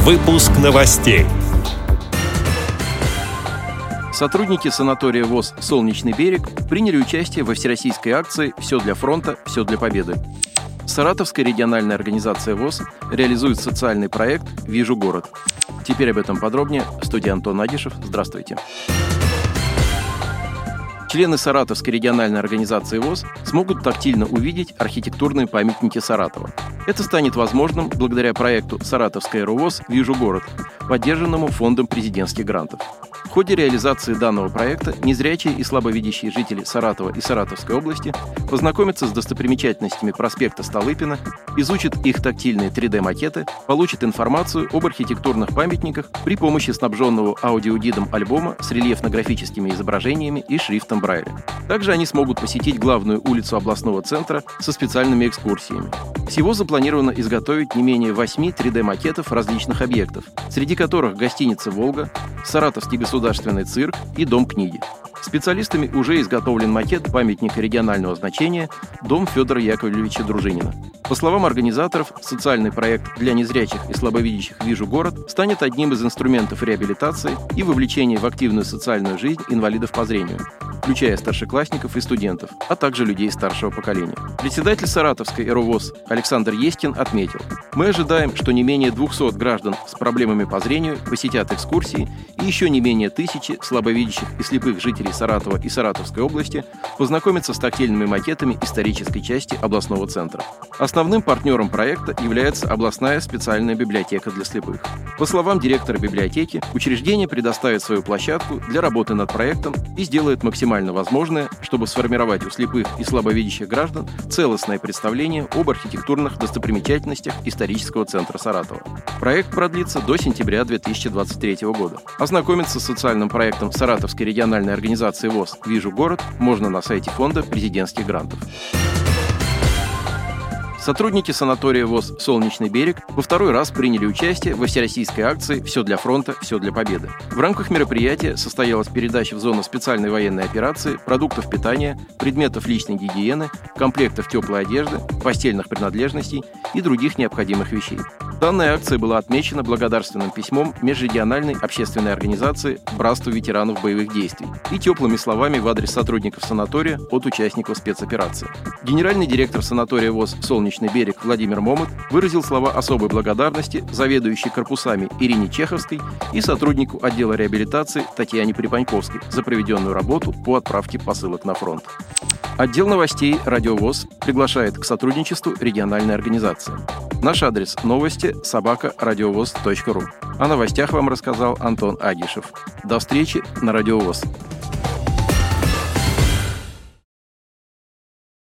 Выпуск новостей. Сотрудники санатория ВОС «Солнечный берег» приняли участие во всероссийской акции «Все для фронта, все для победы». Саратовская региональная организация ВОС реализует социальный проект «Вижу город». Теперь об этом подробнее. В студии Антон Агишев. Здравствуйте. Члены Саратовской региональной организации ВОС смогут тактильно увидеть архитектурные памятники Саратова. Это станет возможным благодаря проекту «Саратовская РУВОС. Вижу город», поддержанному Фондом президентских грантов. В ходе реализации данного проекта незрячие и слабовидящие жители Саратова и Саратовской области познакомятся с достопримечательностями проспекта Столыпина, изучат их тактильные 3D-макеты, получат информацию об архитектурных памятниках при помощи снабженного аудиогидом альбома с рельефно-графическими изображениями и шрифтом Брайля. Также они смогут посетить главную улицу областного центра со специальными экскурсиями. Всего запланировано изготовить не менее 8 3D-макетов различных объектов, среди которых гостиница «Волга», Саратовский государственный цирк и Дом книги. Специалистами уже изготовлен макет памятника регионального значения «Дом Федора Яковлевича Дружинина». По словам организаторов, социальный проект для незрячих и слабовидящих «Вижу город» станет одним из инструментов реабилитации и вовлечения в активную социальную жизнь инвалидов по зрению, включая старшеклассников и студентов, а также людей старшего поколения. Председатель Саратовской РУВОС Александр Естин отметил: «Мы ожидаем, что не менее 200 граждан с проблемами по зрению посетят экскурсии, и еще не менее 1000 слабовидящих и слепых жителей Саратова и Саратовской области познакомятся с тактильными макетами исторической части областного центра». Основным партнером проекта является областная специальная библиотека для слепых. По словам директора библиотеки, учреждение предоставит свою площадку для работы над проектом и сделает максимально возможное, чтобы сформировать у слепых и слабовидящих граждан целостное представление об архитектурных достопримечательностях исторического центра Саратова. Проект продлится до сентября 2023 года. Ознакомиться с социальным проектом Саратовской региональной организации ВОС «Вижу город» можно на сайте Фонда президентских грантов. Сотрудники санатория ВОС «Солнечный берег» во второй раз приняли участие во всероссийской акции «Все для фронта, все для победы». В рамках мероприятия состоялась передача в зону специальной военной операции продуктов питания, предметов личной гигиены, комплектов теплой одежды, постельных принадлежностей и других необходимых вещей. Данная акция была отмечена благодарственным письмом межрегиональной общественной организации «Братство ветеранов боевых действий» и теплыми словами в адрес сотрудников санатория от участников спецоперации. Генеральный директор санатория ВОС «Солнечный берег» Владимир Момот выразил слова особой благодарности заведующей корпусами Ирине Чеховской и сотруднику отдела реабилитации Татьяне Припаньковской за проведенную работу по отправке посылок на фронт. Отдел новостей «Радио ВОС» приглашает к сотрудничеству региональной организации. Наш адрес: новости@радиовоз.ру. О новостях вам рассказал Антон Агишев. До встречи на Радио ВОС.